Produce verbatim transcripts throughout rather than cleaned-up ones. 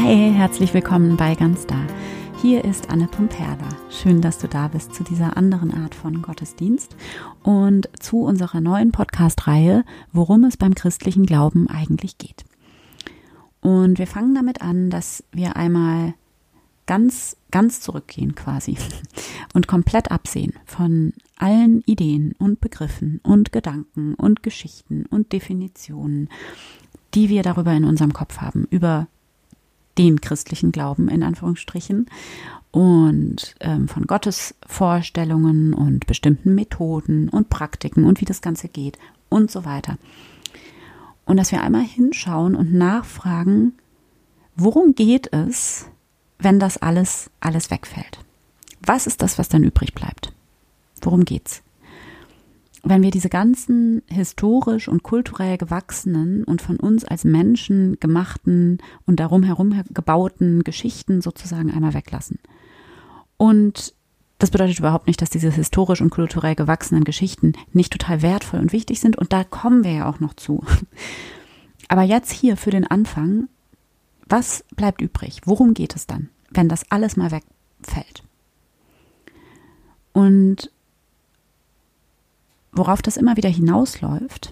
Hi, herzlich willkommen bei Ganz Da. Hier ist Anne Pumperla. Schön, dass du da bist zu dieser anderen Art von Gottesdienst und zu unserer neuen Podcast-Reihe, worum es beim christlichen Glauben eigentlich geht. Und wir fangen damit an, dass wir einmal ganz, ganz zurückgehen quasi und komplett absehen von allen Ideen und Begriffen und Gedanken und Geschichten und Definitionen, die wir darüber in unserem Kopf haben, über den christlichen Glauben in Anführungsstrichen und ähm, von Gottes Vorstellungen und bestimmten Methoden und Praktiken und wie das Ganze geht und so weiter. Und dass wir einmal hinschauen und nachfragen, worum geht es, wenn das alles, alles wegfällt? Was ist das, was dann übrig bleibt? Worum geht's? Wenn wir diese ganzen historisch und kulturell gewachsenen und von uns als Menschen gemachten und darum herum gebauten Geschichten sozusagen einmal weglassen. Und das bedeutet überhaupt nicht, dass diese historisch und kulturell gewachsenen Geschichten nicht total wertvoll und wichtig sind. Und da kommen wir ja auch noch zu. Aber jetzt hier für den Anfang, was bleibt übrig? Worum geht es dann, wenn das alles mal wegfällt? Und worauf das immer wieder hinausläuft,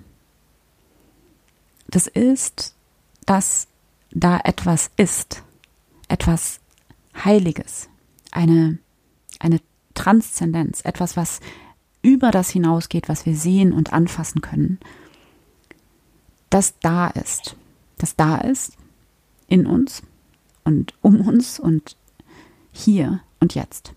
das ist, dass da etwas ist, etwas Heiliges, eine, eine Transzendenz, etwas, was über das hinausgeht, was wir sehen und anfassen können, das da ist, das da ist in uns und um uns und hier und jetzt.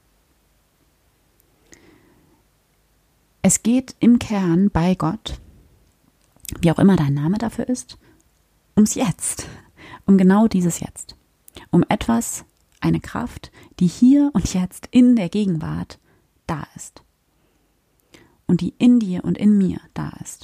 Es geht im Kern bei Gott, wie auch immer dein Name dafür ist, ums Jetzt, um genau dieses Jetzt, um etwas, eine Kraft, die hier und jetzt in der Gegenwart da ist und die in dir und in mir da ist.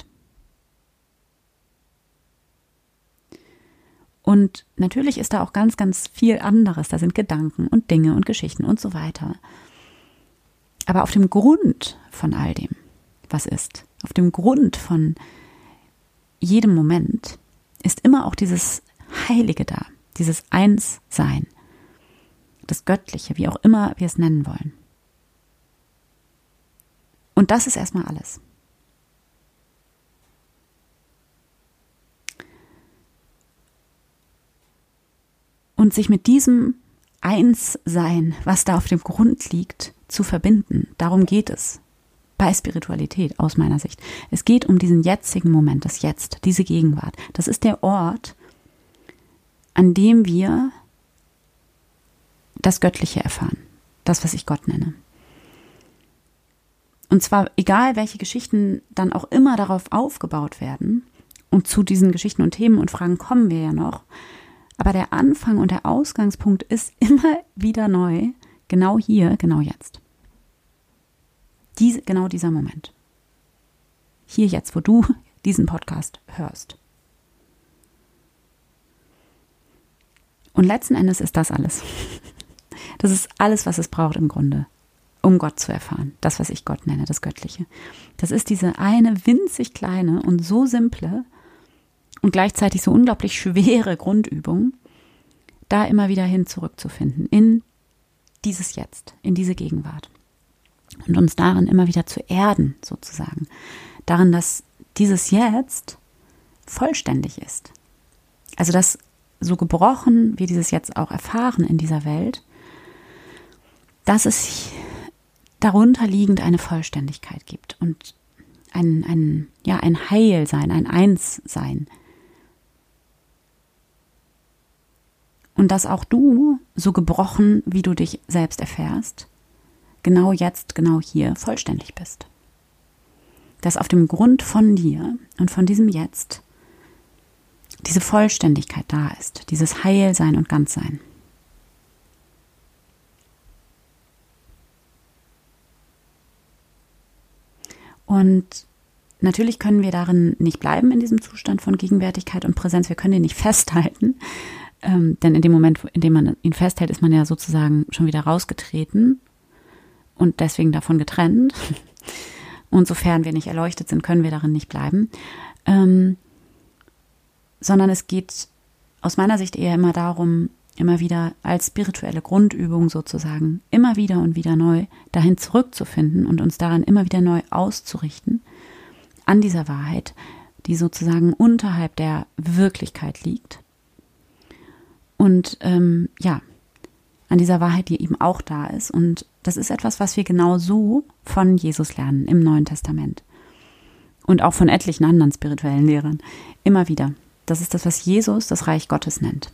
Und natürlich ist da auch ganz, ganz viel anderes, da sind Gedanken und Dinge und Geschichten und so weiter. Aber auf dem Grund von all dem, was ist, auf dem Grund von jedem Moment ist immer auch dieses Heilige da, dieses Einssein, das Göttliche, wie auch immer wir es nennen wollen. Und das ist erstmal alles. Und sich mit diesem Einssein, was da auf dem Grund liegt, zu verbinden, darum geht es. Bei Spiritualität aus meiner Sicht. Es geht um diesen jetzigen Moment, das Jetzt, diese Gegenwart. Das ist der Ort, an dem wir das Göttliche erfahren. Das, was ich Gott nenne. Und zwar egal, welche Geschichten dann auch immer darauf aufgebaut werden. Und zu diesen Geschichten und Themen und Fragen kommen wir ja noch. Aber der Anfang und der Ausgangspunkt ist immer wieder neu. Genau hier, genau jetzt. Diese, genau dieser Moment. Hier jetzt, wo du diesen Podcast hörst. Und letzten Endes ist das alles. Das ist alles, was es braucht im Grunde, um Gott zu erfahren. Das, was ich Gott nenne, das Göttliche. Das ist diese eine winzig kleine und so simple und gleichzeitig so unglaublich schwere Grundübung, da immer wieder hin zurückzufinden, in dieses Jetzt, in diese Gegenwart. Und uns darin immer wieder zu erden, sozusagen. Darin, dass dieses Jetzt vollständig ist. Also, dass so gebrochen wir dieses Jetzt auch erfahren in dieser Welt, dass es darunter liegend eine Vollständigkeit gibt und ein, ein, ja, ein Heilsein, ein Einssein. Und dass auch du, so gebrochen, wie du dich selbst erfährst, genau jetzt, genau hier vollständig bist. Dass auf dem Grund von dir und von diesem Jetzt diese Vollständigkeit da ist, dieses Heilsein und Ganzsein. Und natürlich können wir darin nicht bleiben, in diesem Zustand von Gegenwärtigkeit und Präsenz. Wir können den nicht festhalten, ähm, denn in dem Moment, in dem man ihn festhält, ist man ja sozusagen schon wieder rausgetreten und deswegen davon getrennt. Und sofern wir nicht erleuchtet sind, können wir darin nicht bleiben. Ähm, sondern es geht aus meiner Sicht eher immer darum, immer wieder als spirituelle Grundübung sozusagen, immer wieder und wieder neu dahin zurückzufinden und uns daran immer wieder neu auszurichten, an dieser Wahrheit, die sozusagen unterhalb der Wirklichkeit liegt. Und ähm, ja, an dieser Wahrheit, die eben auch da ist. Und das ist etwas, was wir genau so von Jesus lernen im Neuen Testament. Und auch von etlichen anderen spirituellen Lehrern. Immer wieder. Das ist das, was Jesus das Reich Gottes nennt.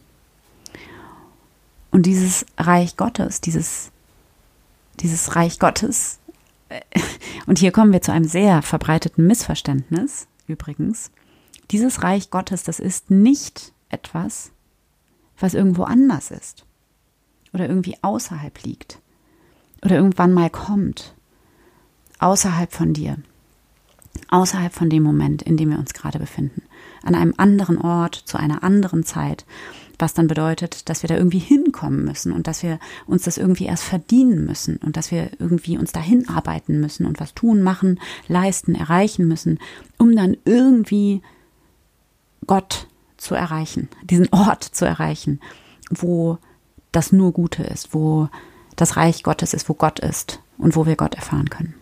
Und dieses Reich Gottes, dieses, dieses Reich Gottes, und hier kommen wir zu einem sehr verbreiteten Missverständnis, übrigens. Dieses Reich Gottes, das ist nicht etwas, was irgendwo anders ist. Oder irgendwie außerhalb liegt. Oder irgendwann mal kommt. Außerhalb von dir. Außerhalb von dem Moment, in dem wir uns gerade befinden. An einem anderen Ort, zu einer anderen Zeit. Was dann bedeutet, dass wir da irgendwie hinkommen müssen und dass wir uns das irgendwie erst verdienen müssen und dass wir irgendwie uns dahin arbeiten müssen und was tun, machen, leisten, erreichen müssen, um dann irgendwie Gott zu erreichen, diesen Ort zu erreichen, wo das nur Gute ist, wo das Reich Gottes ist, wo Gott ist und wo wir Gott erfahren können.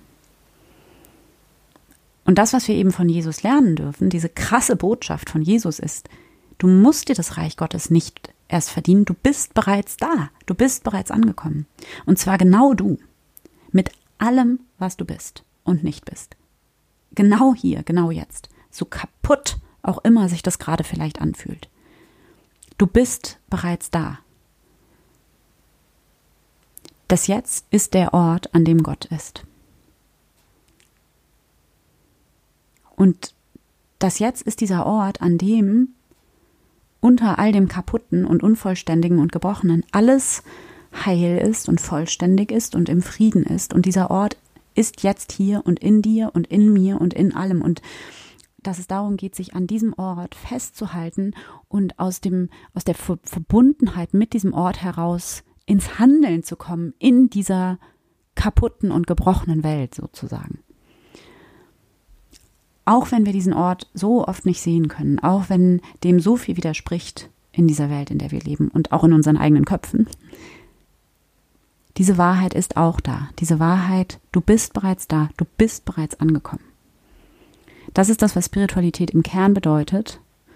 Und das, was wir eben von Jesus lernen dürfen, diese krasse Botschaft von Jesus ist, du musst dir das Reich Gottes nicht erst verdienen, du bist bereits da, du bist bereits angekommen. Und zwar genau du, mit allem, was du bist und nicht bist. Genau hier, genau jetzt, so kaputt auch immer sich das gerade vielleicht anfühlt. Du bist bereits da. Das Jetzt ist der Ort, an dem Gott ist. Und das Jetzt ist dieser Ort, an dem unter all dem Kaputten und Unvollständigen und Gebrochenen alles heil ist und vollständig ist und im Frieden ist. Und dieser Ort ist jetzt hier und in dir und in mir und in allem. Und dass es darum geht, sich an diesem Ort festzuhalten und aus dem, aus der Verbundenheit mit diesem Ort heraus ins Handeln zu kommen, in dieser kaputten und gebrochenen Welt sozusagen. Auch wenn wir diesen Ort so oft nicht sehen können, auch wenn dem so viel widerspricht in dieser Welt, in der wir leben und auch in unseren eigenen Köpfen, diese Wahrheit ist auch da. Diese Wahrheit, du bist bereits da, du bist bereits angekommen. Das ist das, was Spiritualität im Kern bedeutet,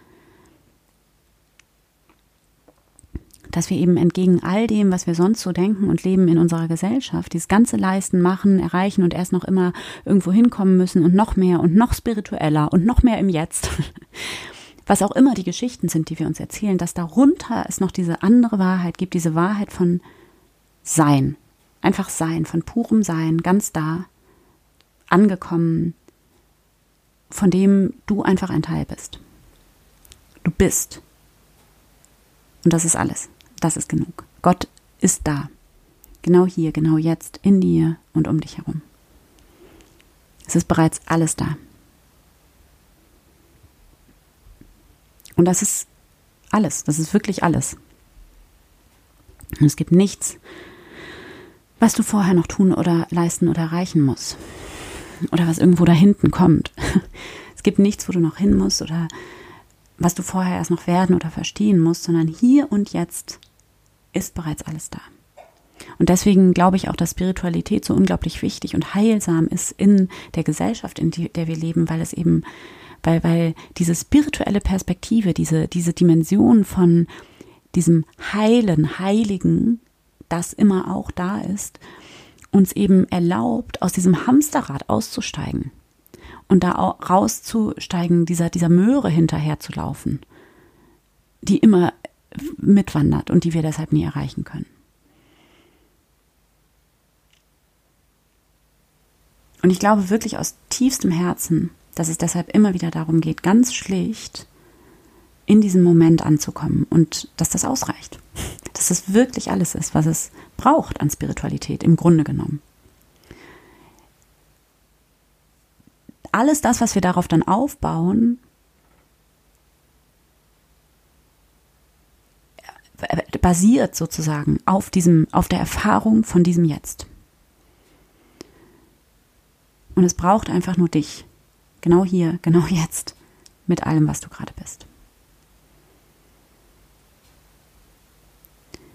dass wir eben entgegen all dem, was wir sonst so denken und leben in unserer Gesellschaft, dieses ganze Leisten, Machen, Erreichen und erst noch immer irgendwo hinkommen müssen und noch mehr und noch spiritueller und noch mehr im Jetzt, was auch immer die Geschichten sind, die wir uns erzählen, dass darunter es noch diese andere Wahrheit gibt, diese Wahrheit von Sein, einfach Sein, von purem Sein, ganz da, angekommen, von dem du einfach ein Teil bist. Du bist. Und das ist alles. Das ist genug. Gott ist da. Genau hier, genau jetzt, in dir und um dich herum. Es ist bereits alles da. Und das ist alles. Das ist wirklich alles. Und es gibt nichts, was du vorher noch tun oder leisten oder erreichen musst. Oder was irgendwo da hinten kommt. Es gibt nichts, wo du noch hin musst oder was du vorher erst noch werden oder verstehen musst, sondern hier und jetzt ist bereits alles da. Und deswegen glaube ich auch, dass Spiritualität so unglaublich wichtig und heilsam ist in der Gesellschaft, in die, der wir leben, weil es eben, weil, weil diese spirituelle Perspektive, diese, diese Dimension von diesem Heilen, Heiligen, das immer auch da ist, uns eben erlaubt, aus diesem Hamsterrad auszusteigen und da rauszusteigen, dieser, dieser Möhre hinterher zu laufen, die immer mitwandert und die wir deshalb nie erreichen können. Und ich glaube wirklich aus tiefstem Herzen, dass es deshalb immer wieder darum geht, ganz schlicht in diesem Moment anzukommen und dass das ausreicht. Dass das wirklich alles ist, was es braucht an Spiritualität, im Grunde genommen. Alles das, was wir darauf dann aufbauen, basiert sozusagen auf diesem, auf der Erfahrung von diesem Jetzt. Und es braucht einfach nur dich. Genau hier, genau jetzt, mit allem, was du gerade bist.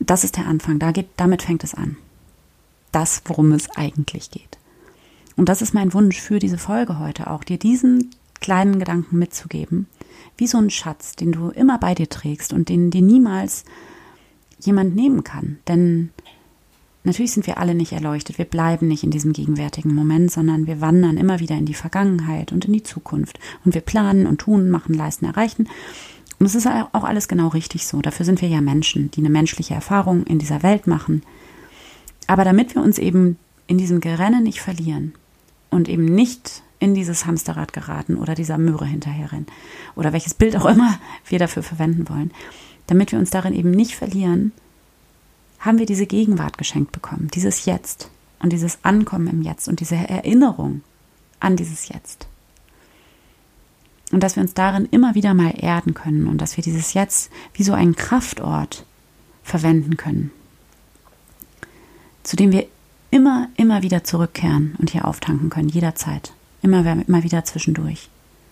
das ist der Anfang, da geht, damit fängt es an. Das, worum es eigentlich geht. Und das ist mein Wunsch für diese Folge heute auch, dir diesen kleinen Gedanken mitzugeben, wie so ein Schatz, den du immer bei dir trägst und den dir niemals jemand nehmen kann. Denn natürlich sind wir alle nicht erleuchtet, wir bleiben nicht in diesem gegenwärtigen Moment, sondern wir wandern immer wieder in die Vergangenheit und in die Zukunft. Und wir planen und tun, machen, leisten, erreichen. Und es ist auch alles genau richtig so. Dafür sind wir ja Menschen, die eine menschliche Erfahrung in dieser Welt machen. Aber damit wir uns eben in diesem Gerennen nicht verlieren und eben nicht in dieses Hamsterrad geraten oder dieser Möhre hinterherrennen oder welches Bild auch immer wir dafür verwenden wollen, damit wir uns darin eben nicht verlieren, haben wir diese Gegenwart geschenkt bekommen, dieses Jetzt und dieses Ankommen im Jetzt und diese Erinnerung an dieses Jetzt. Und dass wir uns darin immer wieder mal erden können und dass wir dieses Jetzt wie so einen Kraftort verwenden können, zu dem wir immer, immer wieder zurückkehren und hier auftanken können, jederzeit, immer, immer wieder zwischendurch.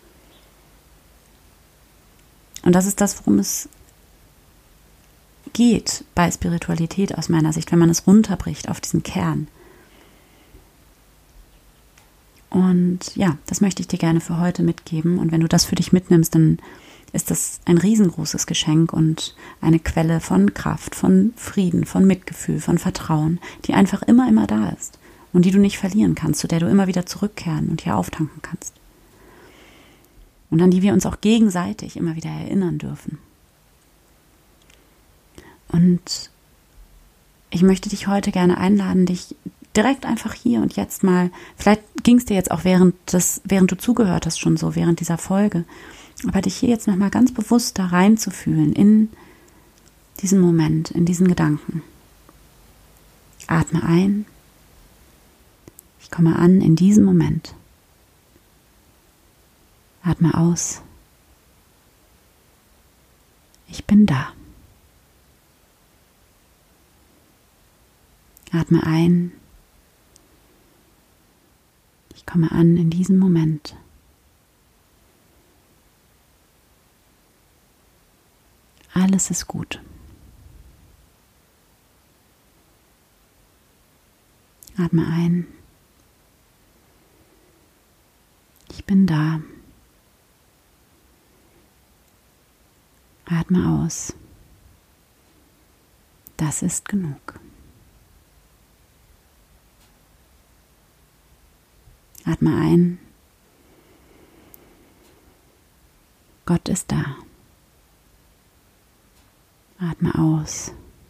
Und das ist das, worum es geht bei Spiritualität aus meiner Sicht, wenn man es runterbricht auf diesen Kern. Und ja, das möchte ich dir gerne für heute mitgeben. Und wenn du das für dich mitnimmst, dann ist das ein riesengroßes Geschenk und eine Quelle von Kraft, von Frieden, von Mitgefühl, von Vertrauen, die einfach immer, immer da ist und die du nicht verlieren kannst, zu der du immer wieder zurückkehren und hier auftanken kannst. Und an die wir uns auch gegenseitig immer wieder erinnern dürfen. Und ich möchte dich heute gerne einladen, dich direkt einfach hier und jetzt mal, vielleicht ging es dir jetzt auch während des, während du zugehört hast schon so, während dieser Folge, aber dich hier jetzt nochmal ganz bewusst da reinzufühlen in diesen Moment, in diesen Gedanken. Atme ein. Ich komme an in diesem Moment. Atme aus. Ich bin da. Atme ein. Ich komme an in diesem Moment. Alles ist gut. Atme ein. Ich bin da. Atme aus. Das ist genug. Atme ein. Gott ist da. Atme aus.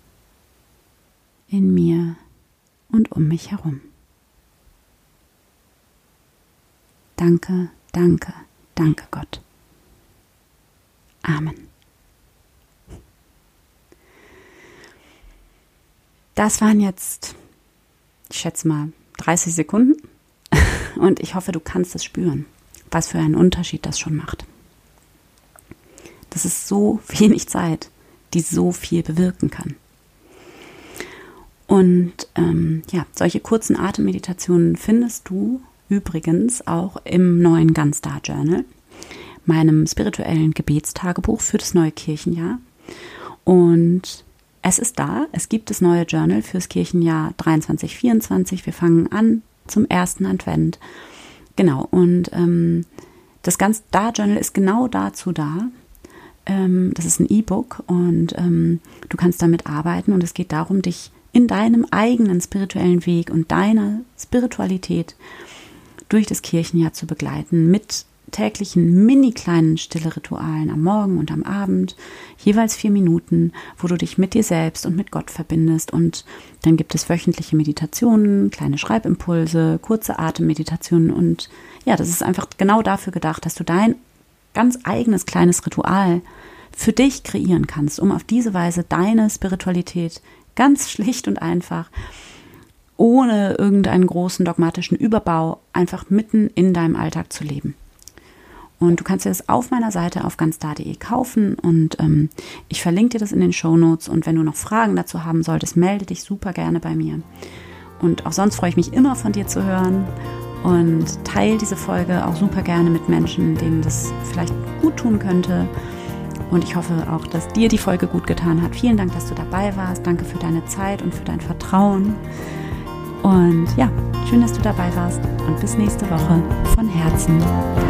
In mir und um mich herum. Danke, danke, danke Gott. Amen. Das waren jetzt, ich schätze mal, dreißig Sekunden. Und ich hoffe, du kannst es spüren, was für einen Unterschied das schon macht. Das ist so wenig Zeit, die so viel bewirken kann. Und ähm, ja, solche kurzen Atemmeditationen findest du übrigens auch im neuen Gunstar Journal, meinem spirituellen Gebetstagebuch für das neue Kirchenjahr. Und es ist da, es gibt das neue Journal fürs Kirchenjahr dreiundzwanzig vierundzwanzig. Wir fangen an zum ersten Advent. Genau, und ähm, das Gunstar-Journal ist genau dazu da. Ähm, das ist ein E-Book und ähm, du kannst damit arbeiten und es geht darum, dich in deinem eigenen spirituellen Weg und deiner Spiritualität durch das Kirchenjahr zu begleiten mit täglichen mini kleinen stille Ritualen am Morgen und am Abend, jeweils vier Minuten, wo du dich mit dir selbst und mit Gott verbindest. Und dann gibt es wöchentliche Meditationen, kleine Schreibimpulse, kurze Atemmeditationen und ja, das ist einfach genau dafür gedacht, dass du dein ganz eigenes kleines Ritual für dich kreieren kannst, um auf diese Weise deine Spiritualität ganz schlicht und einfach, ohne irgendeinen großen dogmatischen Überbau, einfach mitten in deinem Alltag zu leben. Und du kannst dir das auf meiner Seite auf gunstar punkt de kaufen und ähm, ich verlinke dir das in den Shownotes und wenn du noch Fragen dazu haben solltest, melde dich super gerne bei mir. Und auch sonst freue ich mich immer von dir zu hören und teile diese Folge auch super gerne mit Menschen, denen das vielleicht gut tun könnte. Und ich hoffe auch, dass dir die Folge gut getan hat. Vielen Dank, dass du dabei warst. Danke für deine Zeit und für dein Vertrauen. Und ja, schön, dass du dabei warst. Und bis nächste Woche von Herzen.